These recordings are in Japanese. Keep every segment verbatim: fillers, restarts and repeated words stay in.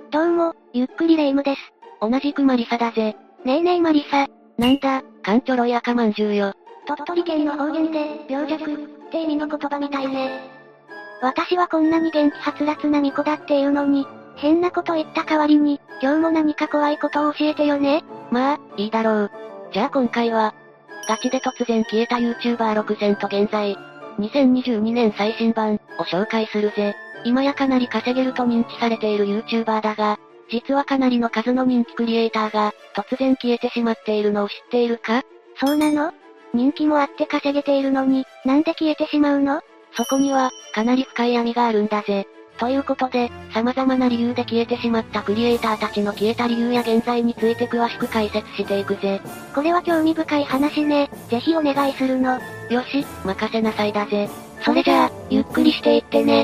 どうも、ゆっくりレ夢ムです。 同じくマリサだぜ。 ねえねえマリサ。 なんだ、カンチョロイ赤まんじゅうよ。 鳥取県の方言で、病弱って意味の言葉みたいね。私はこんなに元気はつらつな巫女だっていうのに、変なこと言った代わりに、今日も何か怖いことを教えてよね。 まあ、いいだろう。じゃあ今回は、ガチで突然消えた YouTuber ろくせんと現在、にせんにじゅうにねん最新版を紹介するぜ。今やかなり稼げると認知されている YouTuber だが、実はかなりの数の人気クリエイターが、突然消えてしまっているのを知っているか？ そうなの？人気もあって稼げているのに、なんで消えてしまうの？ そこには、かなり深い闇があるんだぜ。ということで、様々な理由で消えてしまったクリエイターたちの消えた理由や現在について詳しく解説していくぜ。 これは興味深い話ね。ぜひお願いするの。 よし、任せなさいだぜ。 それじゃあ、ゆっくりしていってね。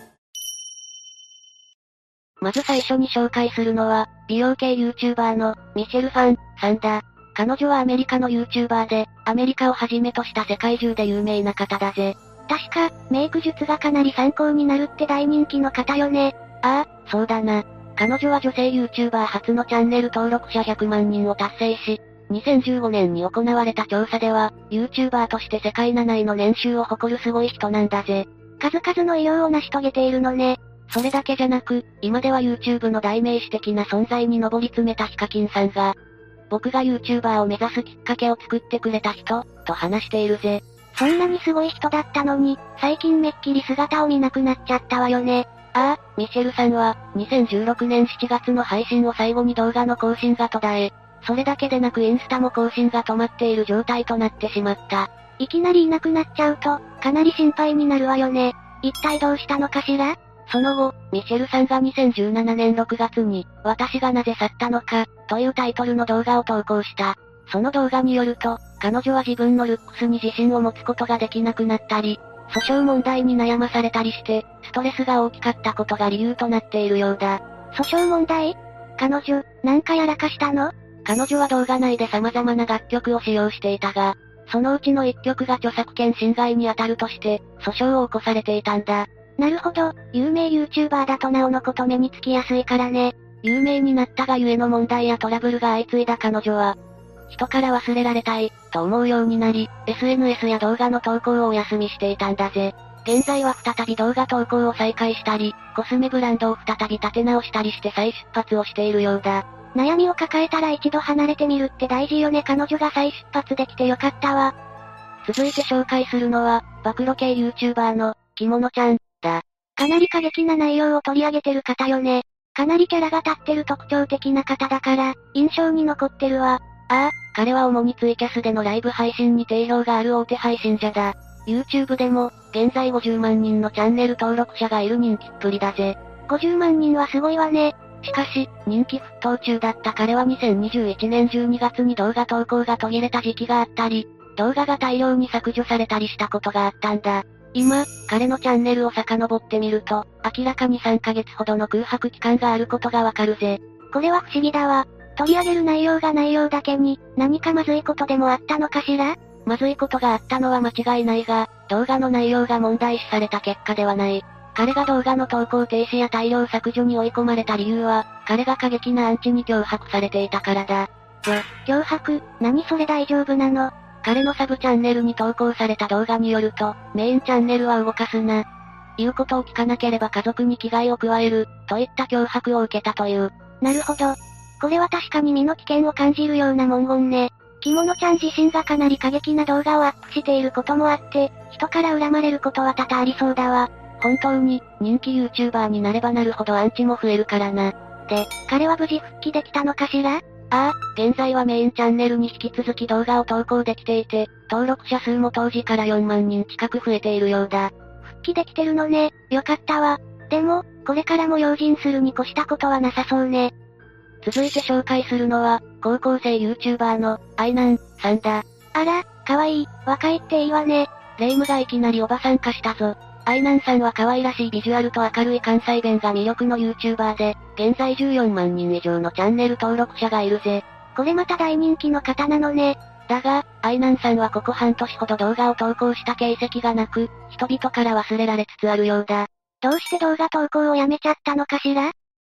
まず最初に紹介するのは、美容系 YouTuber の、ミシェル・ファン、さんだ。彼女はアメリカの YouTuber で、アメリカをはじめとした世界中で有名な方だぜ。 確か、メイク術がかなり参考になるって大人気の方よね。 ああ、そうだな。彼女は女性 YouTuber 初のチャンネル登録者ひゃくまんにんを達成し、にせんじゅうごねんに行われた調査では、YouTuber として世界なないの年収を誇るすごい人なんだぜ。 数々の偉業を成し遂げているのね。 それだけじゃなく、今では YouTube の代名詞的な存在に上り詰めたヒカキンさんが、僕が YouTuber を目指すきっかけを作ってくれた人、と話しているぜ。 そんなにすごい人だったのに、最近めっきり姿を見なくなっちゃったわよね。 ああ、ミシェルさんは、にせんじゅうろくねんしちがつの配信を最後に動画の更新が途絶え、それだけでなくインスタも更新が止まっている状態となってしまった。 いきなりいなくなっちゃうと、かなり心配になるわよね。一体どうしたのかしら？ その後、ミシェルさんがにせんじゅうななねんろくがつに、私がなぜ去ったのか、というタイトルの動画を投稿した。その動画によると、彼女は自分のルックスに自信を持つことができなくなったり、訴訟問題に悩まされたりして、ストレスが大きかったことが理由となっているようだ。 訴訟問題？彼女、なんかやらかしたの？ 彼女は動画内で様々な楽曲を使用していたが、そのうちのいっきょくが著作権侵害に当たるとして、訴訟を起こされていたんだ。 なるほど、有名 YouTuber だとなおのこと目につきやすいからね。 有名になったがゆえの問題やトラブルが相次いだ彼女は、人から忘れられたい、と思うようになり、エスエヌエス や動画の投稿をお休みしていたんだぜ。現在は再び動画投稿を再開したり、コスメブランドを再び立て直したりして再出発をしているようだ。 悩みを抱えたら一度離れてみるって大事よね。彼女が再出発できてよかったわ。 続いて紹介するのは、暴露系 YouTuber の、きものちゃん、だ。 かなり過激な内容を取り上げてる方よね。かなりキャラが立ってる特徴的な方だから、印象に残ってるわ。 ああ、彼は主にツイキャスでのライブ配信に定評がある大手配信者だ。YouTube でも、現在ごじゅうまんにんのチャンネル登録者がいる人気っぷりだぜ。 ごじゅうまんにんはすごいわね。 しかし、人気沸騰中だった彼はにせんにじゅういちねんじゅうにがつに動画投稿が途切れた時期があったり、動画が大量に削除されたりしたことがあったんだ。今、彼のチャンネルを遡ってみると、明らかにさんかげつほどの空白期間があることがわかるぜ。 これは不思議だわ。取り上げる内容が内容だけに、何かまずいことでもあったのかしら？ まずいことがあったのは間違いないが、動画の内容が問題視された結果ではない。彼が動画の投稿停止や大量削除に追い込まれた理由は、彼が過激なアンチに脅迫されていたからだ。 え、脅迫？何それ大丈夫なの？ 彼のサブチャンネルに投稿された動画によると、メインチャンネルは動かすな。言うことを聞かなければ家族に危害を加える、といった脅迫を受けたという。 なるほど。これは確かに身の危険を感じるような文言ね。きものちゃん自身がかなり過激な動画をアップしていることもあって、人から恨まれることは多々ありそうだわ。 本当に、人気 YouTuber になればなるほどアンチも増えるからな。 で、彼は無事復帰できたのかしら？ ああ、現在はメインチャンネルに引き続き動画を投稿できていて、登録者数も当時からよんまんにん近く増えているようだ。 復帰できてるのね、よかったわ。でも、これからも用心するに越したことはなさそうね。 続いて紹介するのは、高校生 YouTuber の、アイナン、さんだ。 あら、かわいい、若いっていいわね。 レイムがいきなりおばさん化したぞ。アイナンさんは可愛らしいビジュアルと明るい関西弁が魅力の YouTuber で、現在じゅうよんまんにん以上のチャンネル登録者がいるぜ。 これまた大人気の方なのね。 だが、アイナンさんはここ半年ほど動画を投稿した形跡がなく、人々から忘れられつつあるようだ。 どうして動画投稿をやめちゃったのかしら？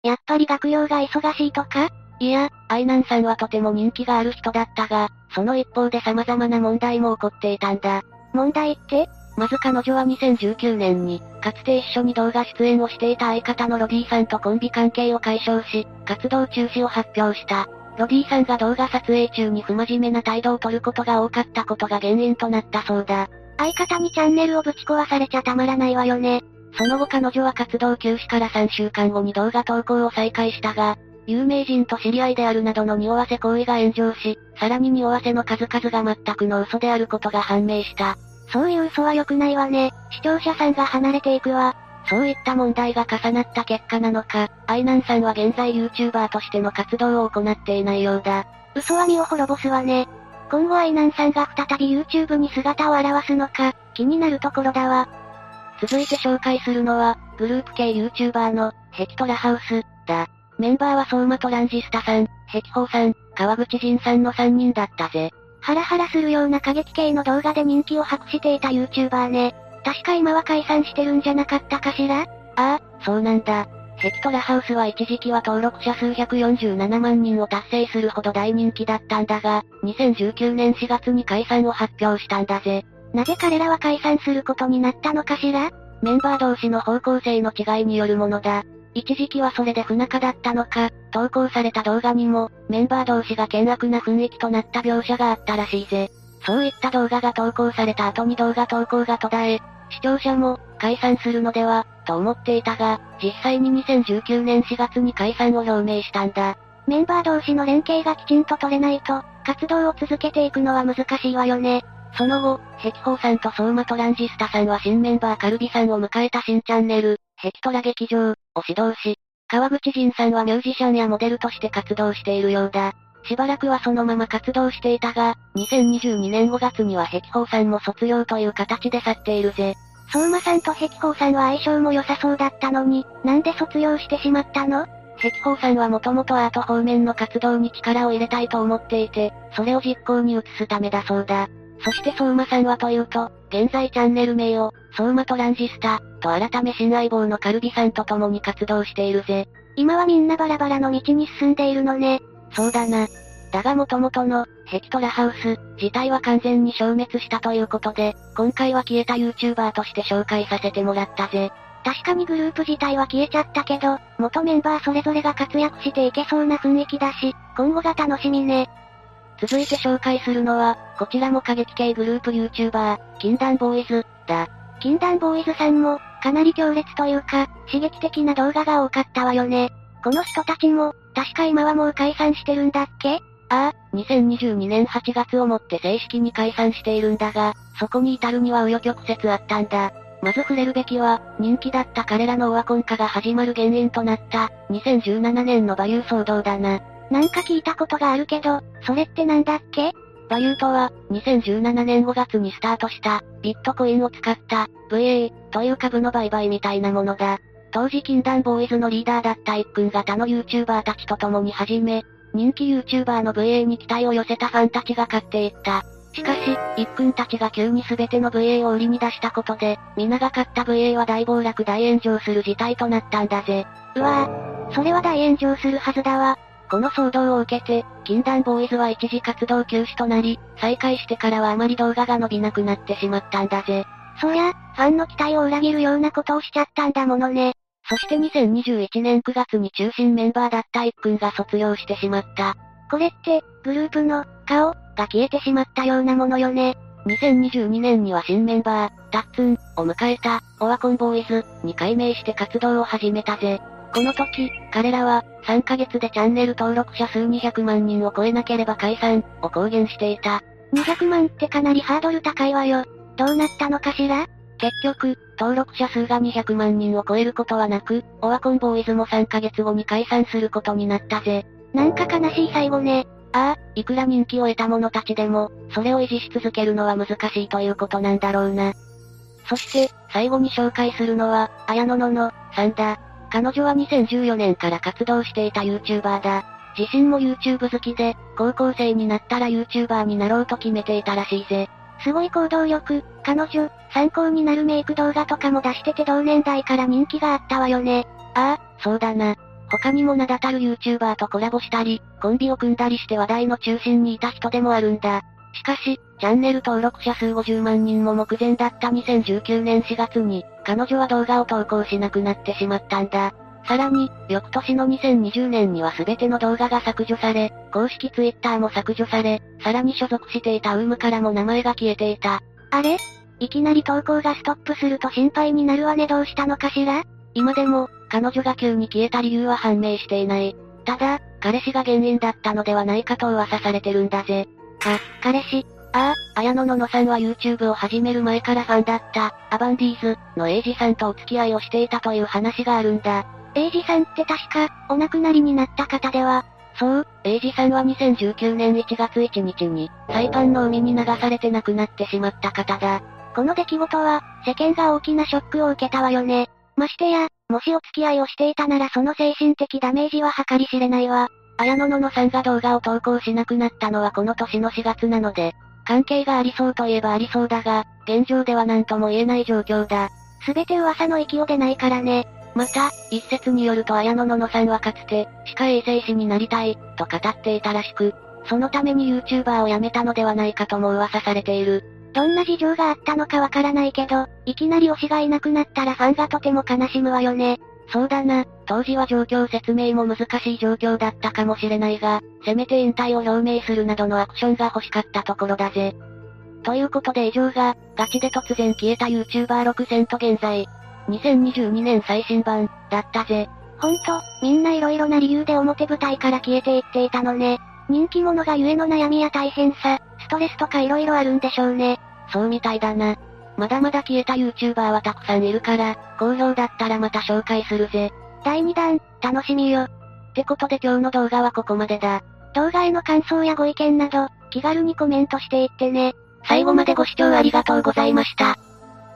やっぱり学業が忙しいとか？ いや、愛南さんはとても人気がある人だったが、その一方で様々な問題も起こっていたんだ。 問題って？ まず彼女はにせんじゅうきゅうねんに、かつて一緒に動画出演をしていた相方のロディさんとコンビ関係を解消し、活動中止を発表した。ロディさんが動画撮影中に不真面目な態度を取ることが多かったことが原因となったそうだ。 相方にチャンネルをぶち壊されちゃたまらないわよね。 その後彼女は活動休止からさんしゅうかんごに動画投稿を再開したが、有名人と知り合いであるなどの匂わせ行為が炎上し、さらに匂わせの数々が全くの嘘であることが判明した。 そういう嘘は良くないわね。視聴者さんが離れていくわ。 そういった問題が重なった結果なのか、愛南さんは現在 YouTuber としての活動を行っていないようだ。 嘘は身を滅ぼすわね。今後愛南さんが再び YouTube に姿を現すのか、気になるところだわ。 続いて紹介するのは、グループ系 YouTuber の、ヘキトラハウス、だ。メンバーは相馬トランジスタさん、ヘキホーさん、川口仁さんのさんにんだったぜ。 ハラハラするような過激系の動画で人気を博していた YouTuber ね。確か今は解散してるんじゃなかったかしら？ああ、そうなんだ。ヘキトラハウスは一時期は登録者数ひゃくよんじゅうななまんにんを達成するほど大人気だったんだが、にせんじゅうきゅうねんしがつに解散を発表したんだぜ。 なぜ彼らは解散することになったのかしら？ メンバー同士の方向性の違いによるものだ。一時期はそれで不仲だったのか、投稿された動画にも、メンバー同士が険悪な雰囲気となった描写があったらしいぜ。そういった動画が投稿された後に動画投稿が途絶え、視聴者も、解散するのでは、と思っていたが、実際ににせんじゅうきゅうねんしがつに解散を表明したんだ。 メンバー同士の連携がきちんと取れないと、活動を続けていくのは難しいわよね。 その後、ヘキホーさんと相馬トランジスタさんは新メンバーカルビさんを迎えた新チャンネル、ヘキトラ劇場、を指導し、川口仁さんはミュージシャンやモデルとして活動しているようだ。しばらくはそのまま活動していたが、にせんにじゅうにねんごがつにはヘキホーさんも卒業という形で去っているぜ。 相馬さんとヘキホーさんは相性も良さそうだったのに、なんで卒業してしまったの？ ヘキホーさんはもともとアート方面の活動に力を入れたいと思っていて、それを実行に移すためだそうだ。そして相馬さんはというと、現在チャンネル名を、相馬トランジスタ、と改め新相棒のカルビさんと共に活動しているぜ。 今はみんなバラバラの道に進んでいるのね。 そうだな。だが元々の、ヘキトラハウス、自体は完全に消滅したということで、今回は消えた YouTuber として紹介させてもらったぜ。 確かにグループ自体は消えちゃったけど、元メンバーそれぞれが活躍していけそうな雰囲気だし、今後が楽しみね。 続いて紹介するのは、こちらも過激系グループ YouTuber、禁断ボーイズ、だ。 禁断ボーイズさんも、かなり強烈というか、刺激的な動画が多かったわよね。この人たちも、確か今はもう解散してるんだっけ？ ああ、にせんにじゅうにねんはちがつをもって正式に解散しているんだが、そこに至るには紆余曲折あったんだ。まず触れるべきは、人気だった彼らのオワコン化が始まる原因となった、にせんじゅうななねんのバリュー騒動だな。 なんか聞いたことがあるけど、それってなんだっけ？ バリューとは、にせんじゅうななねんごがつにスタートした、ビットコインを使った、ブイエー、という株の売買みたいなものだ。当時禁断ボーイズのリーダーだったイックンが他の YouTuber たちと共に始め、人気 YouTuber の ブイエー に期待を寄せたファンたちが買っていった。しかし、イックンたちが急に全ての ブイエー を売りに出したことで、皆が買った ブイエー は大暴落大炎上する事態となったんだぜ。 うわぁ、それは大炎上するはずだわ。 この騒動を受けて、禁断ボーイズは一時活動休止となり、再開してからはあまり動画が伸びなくなってしまったんだぜ。 そりゃ、ファンの期待を裏切るようなことをしちゃったんだものね。 そしてにせんにじゅういちねんくがつに中心メンバーだったイックンが卒業してしまった。 これって、グループの、顔、が消えてしまったようなものよね。 にせんにじゅうにねんには新メンバー、タッツン、を迎えた、オワコンボーイズ、に改名して活動を始めたぜ。この時、彼らは、さんかげつでチャンネル登録者数にひゃくまんにんを超えなければ解散、を公言していた。 にひゃくまんってかなりハードル高いわよ。どうなったのかしら？ 結局、登録者数がにひゃくまんにんを超えることはなく、オワコンボーイズもさんかげつごに解散することになったぜ。 なんか悲しい最後ね。 ああ、いくら人気を得た者たちでも、それを維持し続けるのは難しいということなんだろうな。そして、最後に紹介するのは、あやののの、さんだ。彼女はにせんじゅうよねんから活動していた YouTuber だ。自身も YouTube 好きで、高校生になったら YouTuber になろうと決めていたらしいぜ。 すごい行動力、彼女、参考になるメイク動画とかも出してて同年代から人気があったわよね。 ああ、そうだな。 他にも名だたる YouTuber とコラボしたり、コンビを組んだりして話題の中心にいた人でもあるんだ。しかし、チャンネル登録者数ごじゅうまんにんも目前だったにせんじゅうきゅうねんしがつに、彼女は動画を投稿しなくなってしまったんだ。さらに、翌年のにせんにじゅうねんには全ての動画が削除され、公式 Twitter も削除され、さらに所属していた ユーエム からも名前が消えていた。 あれ？いきなり投稿がストップすると心配になるわね。どうしたのかしら？ 今でも、彼女が急に消えた理由は判明していない。ただ、彼氏が原因だったのではないかと噂されてるんだぜ。 か、彼氏。 ああ、綾野ののさんは YouTube を始める前からファンだった、アバンディーズのエイジさんとお付き合いをしていたという話があるんだ。 エイジさんって確か、お亡くなりになった方では。 そう、エイジさんはにせんじゅうきゅうねんいちがついちにちに、サイパンの海に流されて亡くなってしまった方だ。 この出来事は、世間が大きなショックを受けたわよね。ましてや、もしお付き合いをしていたならその精神的ダメージは計り知れないわ。 綾野ののさんが動画を投稿しなくなったのはこの年のしがつなので、関係がありそうといえばありそうだが、現状では何とも言えない状況だ。 すべて噂の域を出ないからね。 また、一説によると綾野ののさんはかつて、歯科衛生士になりたい、と語っていたらしく、そのために YouTuber を辞めたのではないかとも噂されている。 どんな事情があったのかわからないけど、いきなり推しがいなくなったらファンがとても悲しむわよね。 そうだな、当時は状況説明も難しい状況だったかもしれないが、せめて引退を表明するなどのアクションが欲しかったところだぜ。ということで以上が、ガチで突然消えた YouTuber ろくせんと現在、にせんにじゅうにねん最新版、だったぜ。 ほんと、みんな色々な理由で表舞台から消えていっていたのね。人気者がゆえの悩みや大変さ、ストレスとか色々あるんでしょうね。 そうみたいだな。まだまだ消えた YouTuber はたくさんいるから、好評だったらまた紹介するぜ。 だいにだん、楽しみよ。 ってことで今日の動画はここまでだ。 動画への感想やご意見など、気軽にコメントしていってね。 最後までご視聴ありがとうございました。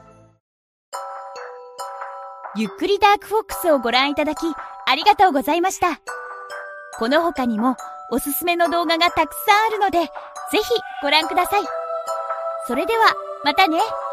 ゆっくりダークフォックスをご覧いただき、ありがとうございました。この他にも、おすすめの動画がたくさんあるので、ぜひご覧ください。それでは、またね。